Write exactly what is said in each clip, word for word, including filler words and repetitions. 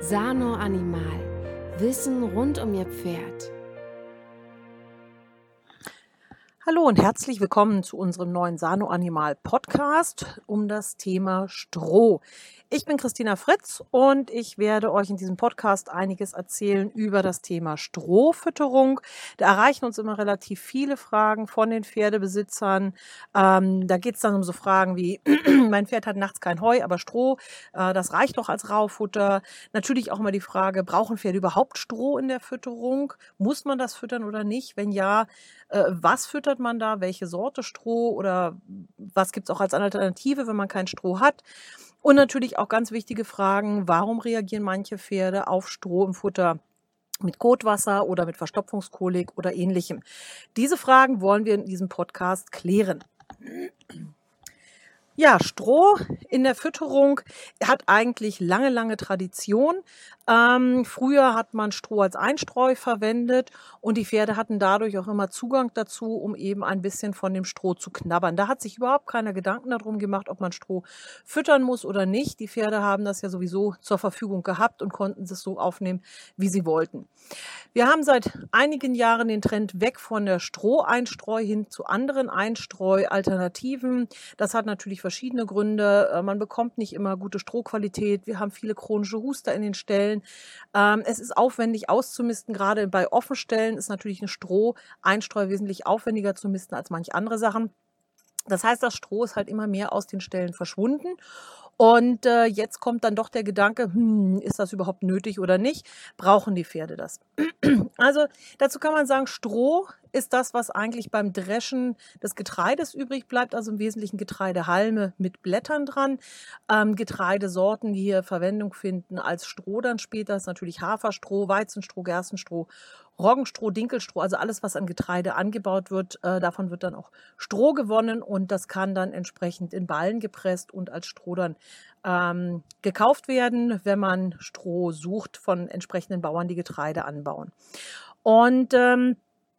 Sano Animal. Wissen rund um Ihr Pferd. Hallo und herzlich willkommen zu unserem neuen Sano Animal Podcast um das Thema Stroh. Ich bin Christina Fritz und ich werde euch in diesem Podcast einiges erzählen über das Thema Strohfütterung. Da erreichen uns immer relativ viele Fragen von den Pferdebesitzern. Ähm, da geht es dann um so Fragen wie, mein Pferd hat nachts kein Heu, aber Stroh, äh, das reicht doch als Raufutter. Natürlich auch immer die Frage, brauchen Pferde überhaupt Stroh in der Fütterung? Muss man das füttern oder nicht? Wenn ja, äh, was füttert man da? Welche Sorte Stroh oder was gibt es auch als Alternative, wenn man kein Stroh hat? Und natürlich auch ganz wichtige Fragen, warum reagieren manche Pferde auf Stroh im Futter mit Kotwasser oder mit Verstopfungskolik oder ähnlichem? Diese Fragen wollen wir in diesem Podcast klären. Ja, Stroh in der Fütterung hat eigentlich lange, lange Tradition. Ähm, früher hat man Stroh als Einstreu verwendet und die Pferde hatten dadurch auch immer Zugang dazu, um eben ein bisschen von dem Stroh zu knabbern. Da hat sich überhaupt keiner Gedanken darum gemacht, ob man Stroh füttern muss oder nicht. Die Pferde haben das ja sowieso zur Verfügung gehabt und konnten es so aufnehmen, wie sie wollten. Wir haben seit einigen Jahren den Trend weg von der Stroheinstreu hin zu anderen Einstreu-Alternativen. Das hat natürlich verschiedene Gründe. Man bekommt nicht immer gute Strohqualität. Wir haben viele chronische Huster in den Ställen. Es ist aufwendig auszumisten. Gerade bei Offenstellen ist natürlich ein Stroheinstreu wesentlich aufwendiger zu misten als manche andere Sachen. Das heißt, das Stroh ist halt immer mehr aus den Ställen verschwunden. Und äh, jetzt kommt dann doch der Gedanke, hm, ist das überhaupt nötig oder nicht? Brauchen die Pferde das? Also dazu kann man sagen, Stroh ist das, was eigentlich beim Dreschen des Getreides übrig bleibt, also im Wesentlichen Getreidehalme mit Blättern dran. Ähm, Getreidesorten, die hier Verwendung finden als Stroh dann später, ist natürlich Haferstroh, Weizenstroh, Gerstenstroh, Roggenstroh, Dinkelstroh, also alles, was an Getreide angebaut wird, äh, davon wird dann auch Stroh gewonnen und das kann dann entsprechend in Ballen gepresst und als Stroh dann ähm, gekauft werden, wenn man Stroh sucht von entsprechenden Bauern, die Getreide anbauen. Und ähm,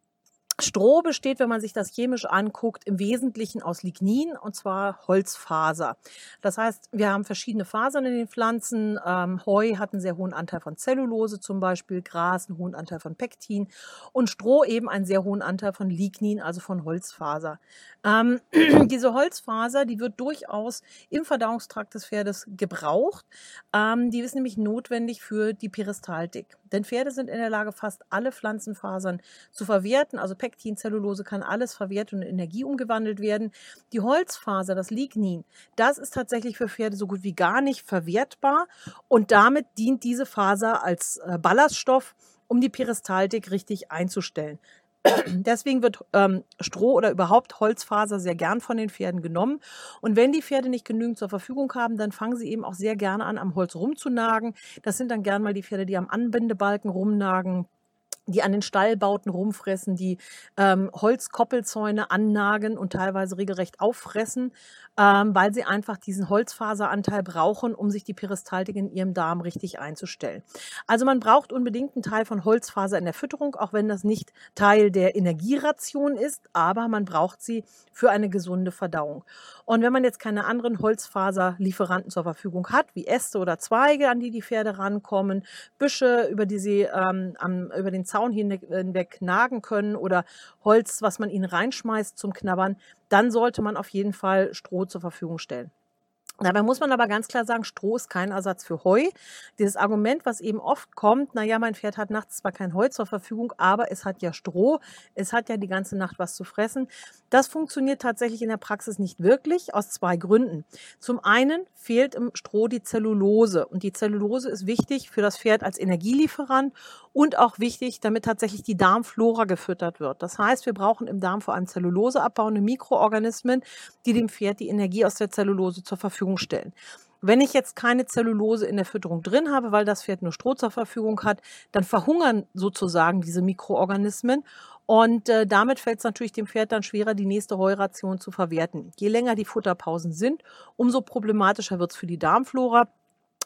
Stroh besteht, wenn man sich das chemisch anguckt, im Wesentlichen aus Lignin, und zwar Holzfaser. Das heißt, wir haben verschiedene Fasern in den Pflanzen. Ähm, Heu hat einen sehr hohen Anteil von Zellulose zum Beispiel, Gras einen hohen Anteil von Pektin und Stroh eben einen sehr hohen Anteil von Lignin, also von Holzfaser. Ähm, diese Holzfaser, die wird durchaus im Verdauungstrakt des Pferdes gebraucht. Ähm, die ist nämlich notwendig für die Peristaltik. Denn Pferde sind in der Lage, fast alle Pflanzenfasern zu verwerten, also Pektin, Zellulose kann alles verwertet und in Energie umgewandelt werden. Die Holzfaser, das Lignin, das ist tatsächlich für Pferde so gut wie gar nicht verwertbar und damit dient diese Faser als äh, Ballaststoff, um die Peristaltik richtig einzustellen. Deswegen wird ähm, Stroh oder überhaupt Holzfaser sehr gern von den Pferden genommen. Und wenn die Pferde nicht genügend zur Verfügung haben, dann fangen sie eben auch sehr gerne an, am Holz rumzunagen. Das sind dann gern mal die Pferde, die am Anbindebalken rumnagen, die an den Stallbauten rumfressen, die ähm, Holzkoppelzäune annagen und teilweise regelrecht auffressen, ähm, weil sie einfach diesen Holzfaseranteil brauchen, um sich die Peristaltik in ihrem Darm richtig einzustellen. Also man braucht unbedingt einen Teil von Holzfaser in der Fütterung, auch wenn das nicht Teil der Energieration ist, aber man braucht sie für eine gesunde Verdauung. Und wenn man jetzt keine anderen Holzfaserlieferanten zur Verfügung hat, wie Äste oder Zweige, an die die Pferde rankommen, Büsche, über die sie ähm, am, über den Zaun hinweg nagen können oder Holz, was man ihnen reinschmeißt zum Knabbern, dann sollte man auf jeden Fall Stroh zur Verfügung stellen. Dabei muss man aber ganz klar sagen, Stroh ist kein Ersatz für Heu. Dieses Argument, was eben oft kommt, naja, mein Pferd hat nachts zwar kein Heu zur Verfügung, aber es hat ja Stroh, es hat ja die ganze Nacht was zu fressen. Das funktioniert tatsächlich in der Praxis nicht wirklich, aus zwei Gründen. Zum einen fehlt im Stroh die Zellulose und die Zellulose ist wichtig für das Pferd als Energielieferant und auch wichtig, damit tatsächlich die Darmflora gefüttert wird. Das heißt, wir brauchen im Darm vor allem zelluloseabbauende Mikroorganismen, die dem Pferd die Energie aus der Zellulose zur Verfügung stellen. Wenn ich jetzt keine Zellulose in der Fütterung drin habe, weil das Pferd nur Stroh zur Verfügung hat, dann verhungern sozusagen diese Mikroorganismen und äh, damit fällt es natürlich dem Pferd dann schwerer, die nächste Heuration zu verwerten. Je länger die Futterpausen sind, umso problematischer wird es für die Darmflora.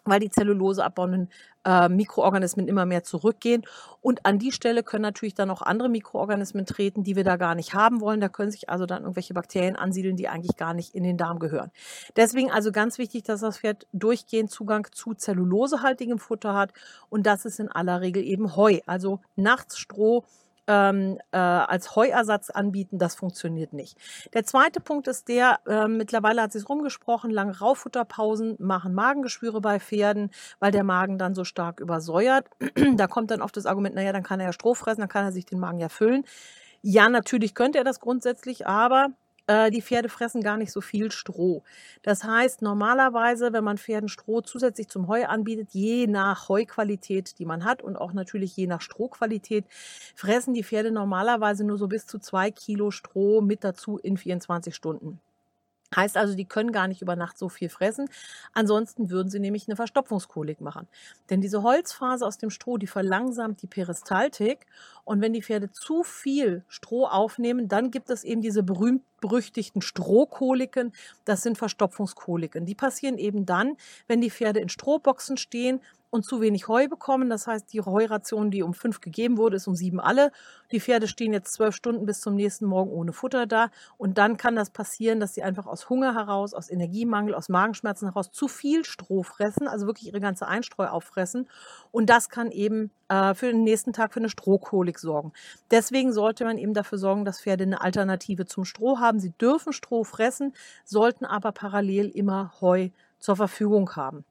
weil die Zellulose abbauenden äh, Mikroorganismen immer mehr zurückgehen. Und an die Stelle können natürlich dann auch andere Mikroorganismen treten, die wir da gar nicht haben wollen. Da können sich also dann irgendwelche Bakterien ansiedeln, die eigentlich gar nicht in den Darm gehören. Deswegen also ganz wichtig, dass das Pferd durchgehend Zugang zu zellulosehaltigem Futter hat. Und das ist in aller Regel eben Heu. Also nachts Stroh Ähm, äh, als Heuersatz anbieten, das funktioniert nicht. Der zweite Punkt ist der, äh, mittlerweile hat sich rumgesprochen, lange Rauffutterpausen machen Magengeschwüre bei Pferden, weil der Magen dann so stark übersäuert. Da kommt dann oft das Argument, naja, dann kann er ja Stroh fressen, dann kann er sich den Magen ja füllen. Ja, natürlich könnte er das grundsätzlich, aber äh, die Pferde fressen gar nicht so viel Stroh. Das heißt, normalerweise, wenn man Pferden Stroh zusätzlich zum Heu anbietet, je nach Heuqualität, die man hat und auch natürlich je nach Strohqualität, fressen die Pferde normalerweise nur so bis zu zwei Kilo Stroh mit dazu in vierundzwanzig Stunden. Heißt also, die können gar nicht über Nacht so viel fressen. Ansonsten würden sie nämlich eine Verstopfungskolik machen. Denn diese Holzphase aus dem Stroh, die verlangsamt die Peristaltik. Und wenn die Pferde zu viel Stroh aufnehmen, dann gibt es eben diese berühmt-berüchtigten Strohkoliken. Das sind Verstopfungskoliken. Die passieren eben dann, wenn die Pferde in Strohboxen stehen und zu wenig Heu bekommen. Das heißt, die Heuration, die um fünf gegeben wurde, ist um sieben alle. Die Pferde stehen jetzt zwölf Stunden bis zum nächsten Morgen ohne Futter da. Und dann kann das passieren, dass sie einfach aus Hunger heraus, aus Energiemangel, aus Magenschmerzen heraus zu viel Stroh fressen, also wirklich ihre ganze Einstreu auffressen. Und das kann eben äh, für den nächsten Tag für eine Strohkolik sorgen. Deswegen sollte man eben dafür sorgen, dass Pferde eine Alternative zum Stroh haben. Sie dürfen Stroh fressen, sollten aber parallel immer Heu zur Verfügung haben.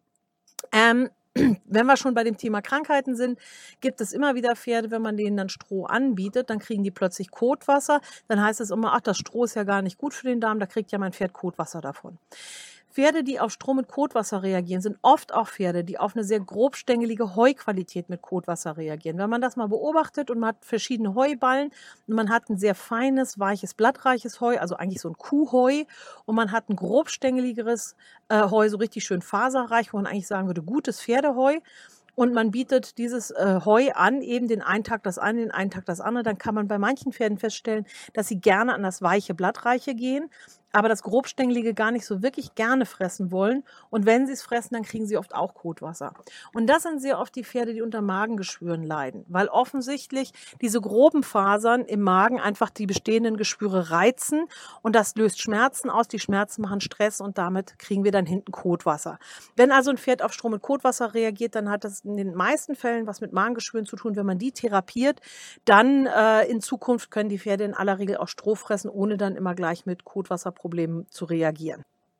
Ähm, Wenn wir schon bei dem Thema Krankheiten sind, gibt es immer wieder Pferde, wenn man denen dann Stroh anbietet, dann kriegen die plötzlich Kotwasser. Dann heißt es immer, ach, das Stroh ist ja gar nicht gut für den Darm, da kriegt ja mein Pferd Kotwasser davon. Pferde, die auf Stroh mit Kotwasser reagieren, sind oft auch Pferde, die auf eine sehr grobstängelige Heuqualität mit Kotwasser reagieren. Wenn man das mal beobachtet und man hat verschiedene Heuballen und man hat ein sehr feines, weiches, blattreiches Heu, also eigentlich so ein Kuhheu, und man hat ein grobstängeligeres äh, Heu, so richtig schön faserreich, wo man eigentlich sagen würde, gutes Pferdeheu. Und man bietet dieses äh, Heu an, eben den einen Tag das eine, den einen Tag das andere. Dann kann man bei manchen Pferden feststellen, dass sie gerne an das weiche, blattreiche gehen, aber das grobstängelige gar nicht so wirklich gerne fressen wollen. Und wenn sie es fressen, dann kriegen sie oft auch Kotwasser. Und das sind sehr oft die Pferde, die unter Magengeschwüren leiden, weil offensichtlich diese groben Fasern im Magen einfach die bestehenden Geschwüre reizen und das löst Schmerzen aus. Die Schmerzen machen Stress und damit kriegen wir dann hinten Kotwasser. Wenn also ein Pferd auf Stroh mit Kotwasser reagiert, dann hat das in den meisten Fällen was mit Magengeschwüren zu tun. Wenn man die therapiert, dann äh, in Zukunft können die Pferde in aller Regel auch Stroh fressen, ohne dann immer gleich mit Kotwasserproblemen zu reagieren.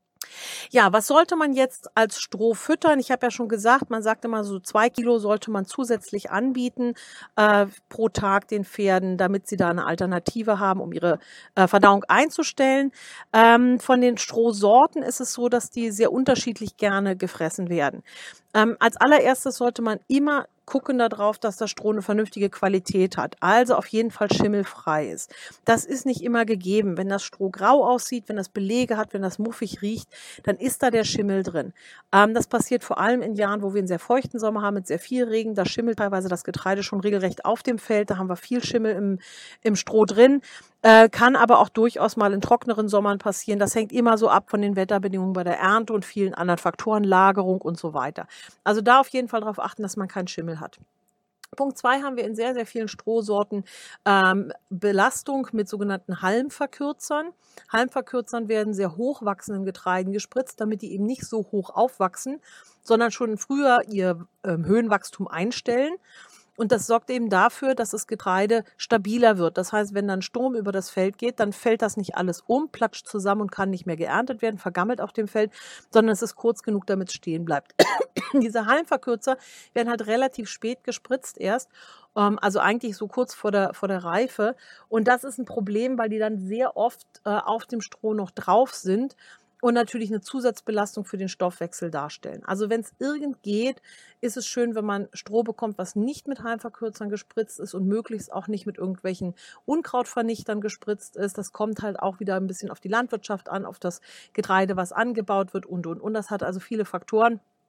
Ja, was sollte man jetzt als Stroh füttern? Ich habe ja schon gesagt, man sagt immer so zwei Kilo sollte man zusätzlich anbieten äh, pro Tag den Pferden, damit sie da eine Alternative haben, um ihre äh, Verdauung einzustellen. Ähm, von den Strohsorten ist es so, dass die sehr unterschiedlich gerne gefressen werden. Ähm, als allererstes sollte man immer gucken darauf, dass das Stroh eine vernünftige Qualität hat, also auf jeden Fall schimmelfrei ist. Das ist nicht immer gegeben. Wenn das Stroh grau aussieht, wenn das Belege hat, wenn das muffig riecht, dann ist da der Schimmel drin. Ähm, das passiert vor allem in Jahren, wo wir einen sehr feuchten Sommer haben mit sehr viel Regen. Da schimmelt teilweise das Getreide schon regelrecht auf dem Feld. Da haben wir viel Schimmel im, im Stroh drin. Äh, kann aber auch durchaus mal in trockeneren Sommern passieren. Das hängt immer so ab von den Wetterbedingungen bei der Ernte und vielen anderen Faktoren, Lagerung und so weiter. Also da auf jeden Fall darauf achten, dass man keinen Schimmel hat. Punkt zwei haben wir in sehr, sehr vielen Strohsorten ähm, Belastung mit sogenannten Halmverkürzern. Halmverkürzern werden sehr hochwachsenden Getreiden gespritzt, damit die eben nicht so hoch aufwachsen, sondern schon früher ihr ähm, Höhenwachstum einstellen. Und das sorgt eben dafür, dass das Getreide stabiler wird. Das heißt, wenn dann Sturm über das Feld geht, dann fällt das nicht alles um, platscht zusammen und kann nicht mehr geerntet werden, vergammelt auf dem Feld, sondern es ist kurz genug, damit es stehen bleibt. Diese Halmverkürzer werden halt relativ spät gespritzt erst, ähm, also eigentlich so kurz vor der, vor der Reife. Und das ist ein Problem, weil die dann sehr oft äh, auf dem Stroh noch drauf sind und natürlich eine Zusatzbelastung für den Stoffwechsel darstellen. Also wenn es irgend geht, ist es schön, wenn man Stroh bekommt, was nicht mit Halmverkürzern gespritzt ist und möglichst auch nicht mit irgendwelchen Unkrautvernichtern gespritzt ist. Das kommt halt auch wieder ein bisschen auf die Landwirtschaft an, auf das Getreide, was angebaut wird und, und, und. Das hat also viele Faktoren.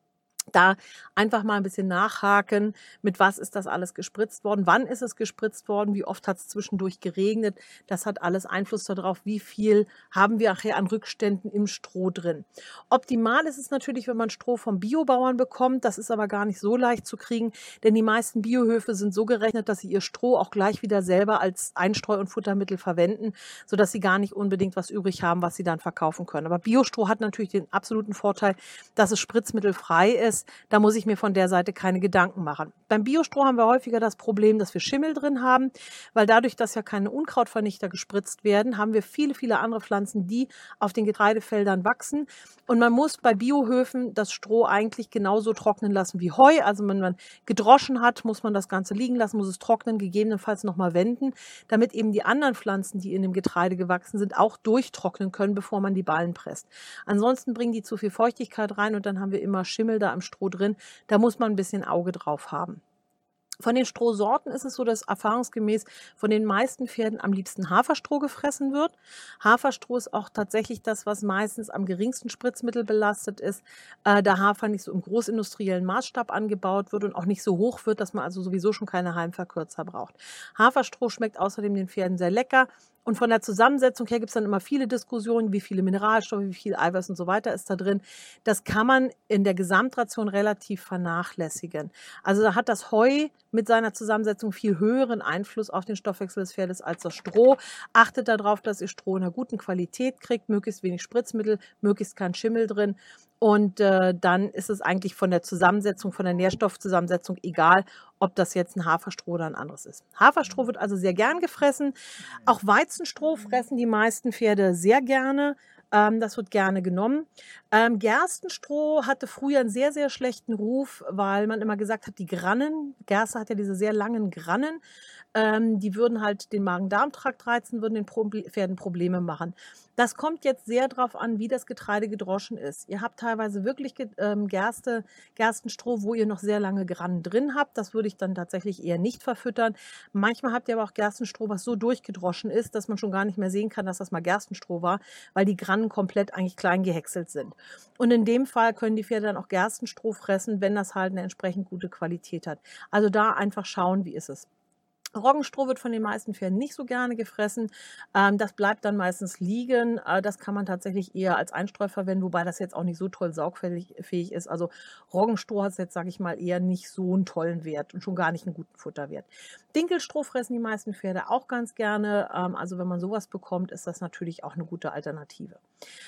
Da einfach mal ein bisschen nachhaken, mit was ist das alles gespritzt worden, wann ist es gespritzt worden, wie oft hat es zwischendurch geregnet. Das hat alles Einfluss darauf, wie viel haben wir nachher an Rückständen im Stroh drin. Optimal ist es natürlich, wenn man Stroh vom Biobauern bekommt. Das ist aber gar nicht so leicht zu kriegen, denn die meisten Biohöfe sind so gerechnet, dass sie ihr Stroh auch gleich wieder selber als Einstreu- und Futtermittel verwenden, sodass sie gar nicht unbedingt was übrig haben, was sie dann verkaufen können. Aber Biostroh hat natürlich den absoluten Vorteil, dass es spritzmittelfrei ist. Da muss ich mir von der Seite keine Gedanken machen. Beim Biostroh haben wir häufiger das Problem, dass wir Schimmel drin haben, weil dadurch, dass ja keine Unkrautvernichter gespritzt werden, haben wir viele, viele andere Pflanzen, die auf den Getreidefeldern wachsen. Und man muss bei Biohöfen das Stroh eigentlich genauso trocknen lassen wie Heu. Also wenn man gedroschen hat, muss man das Ganze liegen lassen, muss es trocknen, gegebenenfalls nochmal wenden, damit eben die anderen Pflanzen, die in dem Getreide gewachsen sind, auch durchtrocknen können, bevor man die Ballen presst. Ansonsten bringen die zu viel Feuchtigkeit rein und dann haben wir immer Schimmel da im Stroh drin. Da muss man ein bisschen Auge drauf haben. Von den Strohsorten ist es so, dass erfahrungsgemäß von den meisten Pferden am liebsten Haferstroh gefressen wird. Haferstroh ist auch tatsächlich das, was meistens am geringsten Spritzmittel belastet ist, äh, da Hafer nicht so im großindustriellen Maßstab angebaut wird und auch nicht so hoch wird, dass man also sowieso schon keine Heimverkürzer braucht. Haferstroh schmeckt außerdem den Pferden sehr lecker. Und von der Zusammensetzung her gibt es dann immer viele Diskussionen, wie viele Mineralstoffe, wie viel Eiweiß und so weiter ist da drin. Das kann man in der Gesamtration relativ vernachlässigen. Also da hat das Heu mit seiner Zusammensetzung viel höheren Einfluss auf den Stoffwechsel des Pferdes als das Stroh. Achtet darauf, dass ihr Stroh in einer guten Qualität kriegt, möglichst wenig Spritzmittel, möglichst kein Schimmel drin. Und äh, dann ist es eigentlich von der Zusammensetzung, von der Nährstoffzusammensetzung egal, ob das jetzt ein Haferstroh oder ein anderes ist. Haferstroh wird also sehr gern gefressen. Auch Weizenstroh fressen die meisten Pferde sehr gerne. Ähm, das wird gerne genommen. Ähm, Gerstenstroh hatte früher einen sehr, sehr schlechten Ruf, weil man immer gesagt hat, die Grannen, Gerste hat ja diese sehr langen Grannen, ähm, die würden halt den Magen-Darm-Trakt reizen, würden den Pro Pferden Probleme machen. Das kommt jetzt sehr darauf an, wie das Getreide gedroschen ist. Ihr habt teilweise wirklich ähm, Gerste, Gerstenstroh, wo ihr noch sehr lange Grannen drin habt. Das würde ich dann tatsächlich eher nicht verfüttern. Manchmal habt ihr aber auch Gerstenstroh, was so durchgedroschen ist, dass man schon gar nicht mehr sehen kann, dass das mal Gerstenstroh war, weil die Grannen komplett eigentlich klein gehäckselt sind. Und in dem Fall können die Pferde dann auch Gerstenstroh fressen, wenn das halt eine entsprechend gute Qualität hat. Also da einfach schauen, wie ist es. Roggenstroh wird von den meisten Pferden nicht so gerne gefressen. Ähm, das bleibt dann meistens liegen. Äh, das kann man tatsächlich eher als Einstreu verwenden, wobei das jetzt auch nicht so toll saugfähig ist. Also Roggenstroh hat jetzt, sage ich mal, eher nicht so einen tollen Wert und schon gar nicht einen guten Futterwert. Dinkelstroh fressen die meisten Pferde auch ganz gerne. Ähm, also wenn man sowas bekommt, ist das natürlich auch eine gute Alternative.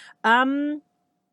Ähm,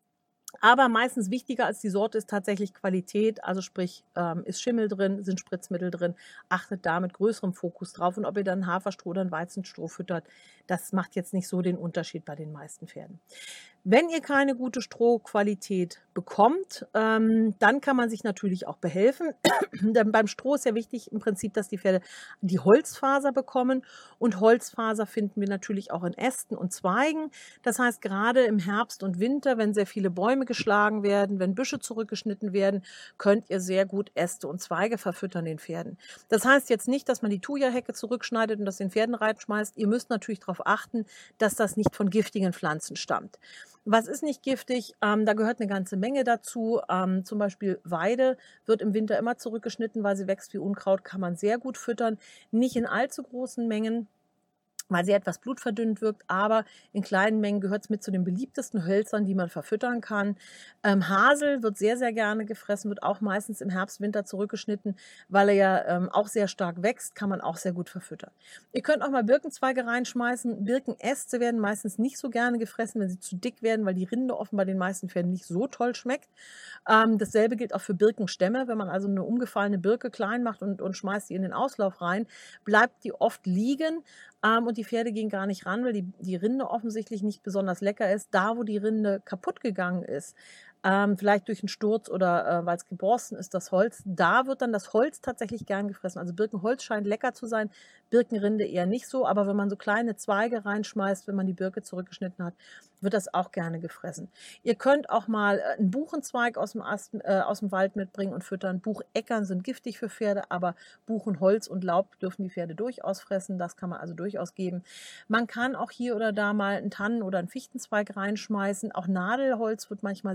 Aber meistens wichtiger als die Sorte ist tatsächlich Qualität, also sprich, ähm, ist Schimmel drin, sind Spritzmittel drin, achtet da mit größerem Fokus drauf. Und ob ihr dann Haferstroh oder ein Weizenstroh füttert, das macht jetzt nicht so den Unterschied bei den meisten Pferden. Wenn ihr keine gute Strohqualität bekommt, ähm, dann kann man sich natürlich auch behelfen. Denn beim Stroh ist ja wichtig im Prinzip, dass die Pferde die Holzfaser bekommen. Und Holzfaser finden wir natürlich auch in Ästen und Zweigen. Das heißt, gerade im Herbst und Winter, wenn sehr viele Bäume geschlagen werden, wenn Büsche zurückgeschnitten werden, könnt ihr sehr gut Äste und Zweige verfüttern den Pferden. Das heißt jetzt nicht, dass man die Thuja-Hecke zurückschneidet und das den Pferden reinschmeißt. Ihr müsst natürlich darauf achten, dass das nicht von giftigen Pflanzen stammt. Was ist nicht giftig? Ähm, da gehört eine ganze Menge dazu. Ähm, zum Beispiel Weide wird im Winter immer zurückgeschnitten, weil sie wächst wie Unkraut, kann man sehr gut füttern. Nicht in allzu großen Mengen, weil sie etwas blutverdünnt wirkt, aber in kleinen Mengen gehört es mit zu den beliebtesten Hölzern, die man verfüttern kann. Ähm, Hasel wird sehr, sehr gerne gefressen, wird auch meistens im Herbst, Winter zurückgeschnitten, weil er ja ähm, auch sehr stark wächst, kann man auch sehr gut verfüttern. Ihr könnt auch mal Birkenzweige reinschmeißen. Birkenäste werden meistens nicht so gerne gefressen, wenn sie zu dick werden, weil die Rinde offenbar den meisten Pferden nicht so toll schmeckt. Ähm, dasselbe gilt auch für Birkenstämme. Wenn man also eine umgefallene Birke klein macht und, und schmeißt die in den Auslauf rein, bleibt die oft liegen. Ähm, und die Pferde gehen gar nicht ran, weil die, die Rinde offensichtlich nicht besonders lecker ist. Da, wo die Rinde kaputt gegangen ist, ähm, vielleicht durch einen Sturz oder äh, weil es geborsten ist, das Holz, da wird dann das Holz tatsächlich gern gefressen. Also Birkenholz scheint lecker zu sein, Birkenrinde eher nicht so, aber wenn man so kleine Zweige reinschmeißt, wenn man die Birke zurückgeschnitten hat, wird das auch gerne gefressen. Ihr könnt auch mal einen Buchenzweig aus dem, Ast, äh, aus dem Wald mitbringen und füttern. Bucheckern sind giftig für Pferde, aber Buchenholz und Laub dürfen die Pferde durchaus fressen. Das kann man also durchaus geben. Man kann auch hier oder da mal einen Tannen- oder einen Fichtenzweig reinschmeißen. Auch Nadelholz wird manchmal sehr gerne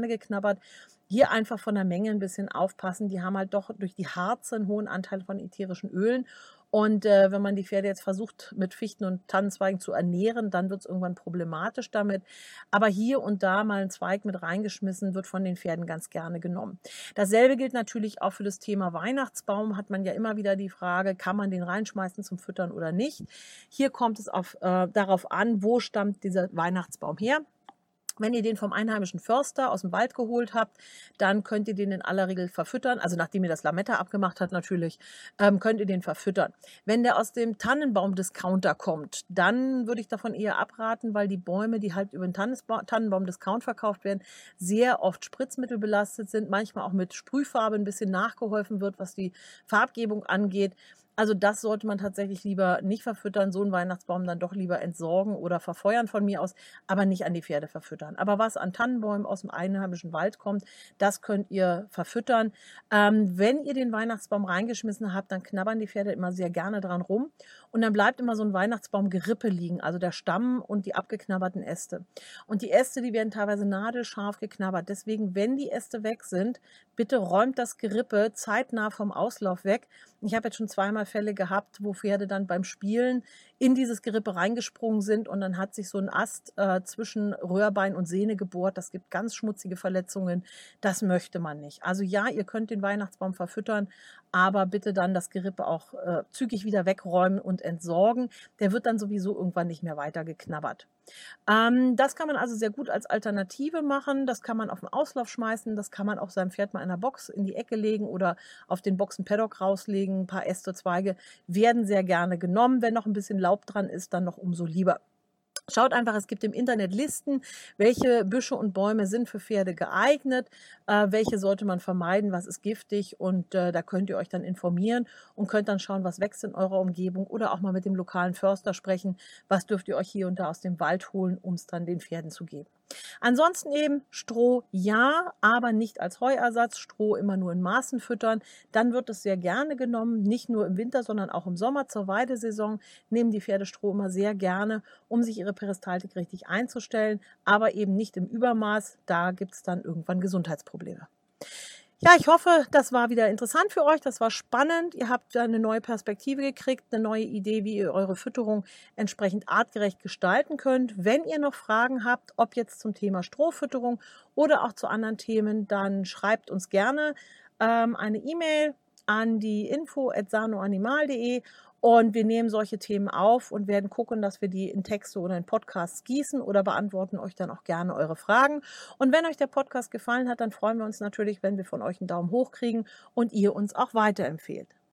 gerne geknabbert. Hier einfach von der Menge ein bisschen aufpassen. Die haben halt doch durch die Harze einen hohen Anteil von ätherischen Ölen. Und äh, wenn man die Pferde jetzt versucht, mit Fichten und Tannenzweigen zu ernähren, dann wird es irgendwann problematisch damit. Aber hier und da mal ein Zweig mit reingeschmissen, wird von den Pferden ganz gerne genommen. Dasselbe gilt natürlich auch für das Thema Weihnachtsbaum. Hat man ja immer wieder die Frage, kann man den reinschmeißen zum Füttern oder nicht? Hier kommt es auf, äh, darauf an, wo stammt dieser Weihnachtsbaum her. Wenn ihr den vom einheimischen Förster aus dem Wald geholt habt, dann könnt ihr den in aller Regel verfüttern. Also nachdem ihr das Lametta abgemacht habt natürlich, ähm, könnt ihr den verfüttern. Wenn der aus dem Tannenbaum-Discounter kommt, dann würde ich davon eher abraten, weil die Bäume, die halt über den Tannenbaum-Discount verkauft werden, sehr oft spritzmittelbelastet sind, manchmal auch mit Sprühfarbe ein bisschen nachgeholfen wird, was die Farbgebung angeht. Also das sollte man tatsächlich lieber nicht verfüttern, so einen Weihnachtsbaum dann doch lieber entsorgen oder verfeuern von mir aus, aber nicht an die Pferde verfüttern. Aber was an Tannenbäumen aus dem einheimischen Wald kommt, das könnt ihr verfüttern. Ähm, wenn ihr den Weihnachtsbaum reingeschmissen habt, dann knabbern die Pferde immer sehr gerne dran rum und dann bleibt immer so ein Weihnachtsbaumgerippe liegen, also der Stamm und die abgeknabberten Äste. Und die Äste, die werden teilweise nadelscharf geknabbert. Deswegen, wenn die Äste weg sind, bitte räumt das Gerippe zeitnah vom Auslauf weg. Ich habe jetzt schon zweimal Fälle gehabt, wo Pferde dann beim Spielen in dieses Gerippe reingesprungen sind und dann hat sich so ein Ast äh, zwischen Röhrbein und Sehne gebohrt. Das gibt ganz schmutzige Verletzungen. Das möchte man nicht. Also ja, ihr könnt den Weihnachtsbaum verfüttern, aber bitte dann das Gerippe auch äh, zügig wieder wegräumen und entsorgen. Der wird dann sowieso irgendwann nicht mehr weiter geknabbert. Ähm, das kann man also sehr gut als Alternative machen. Das kann man auf den Auslauf schmeißen. Das kann man auch seinem Pferd mal in der Box in die Ecke legen oder auf den Boxen-Paddock rauslegen. Ein paar Äste, Zweige werden sehr gerne genommen. Wenn noch ein bisschen Laub dran ist, dann noch umso lieber. Schaut einfach, es gibt im Internet Listen, welche Büsche und Bäume sind für Pferde geeignet, äh, welche sollte man vermeiden, was ist giftig und äh, da könnt ihr euch dann informieren und könnt dann schauen, was wächst in eurer Umgebung oder auch mal mit dem lokalen Förster sprechen, was dürft ihr euch hier und da aus dem Wald holen, um es dann den Pferden zu geben. Ansonsten eben Stroh ja, aber nicht als Heuersatz, Stroh immer nur in Maßen füttern, dann wird es sehr gerne genommen, nicht nur im Winter, sondern auch im Sommer zur Weidesaison nehmen die Pferde Stroh immer sehr gerne, um sich ihre Peristaltik richtig einzustellen, aber eben nicht im Übermaß, da gibt es dann irgendwann Gesundheitsprobleme. Ja, ich hoffe, das war wieder interessant für euch, das war spannend. Ihr habt eine neue Perspektive gekriegt, eine neue Idee, wie ihr eure Fütterung entsprechend artgerecht gestalten könnt. Wenn ihr noch Fragen habt, ob jetzt zum Thema Strohfütterung oder auch zu anderen Themen, dann schreibt uns gerne ähm, eine E-Mail an die info at sanoanimal punkt de und wir nehmen solche Themen auf und werden gucken, dass wir die in Texte oder in Podcasts gießen oder beantworten euch dann auch gerne eure Fragen. Und wenn euch der Podcast gefallen hat, dann freuen wir uns natürlich, wenn wir von euch einen Daumen hoch kriegen und ihr uns auch weiterempfehlt.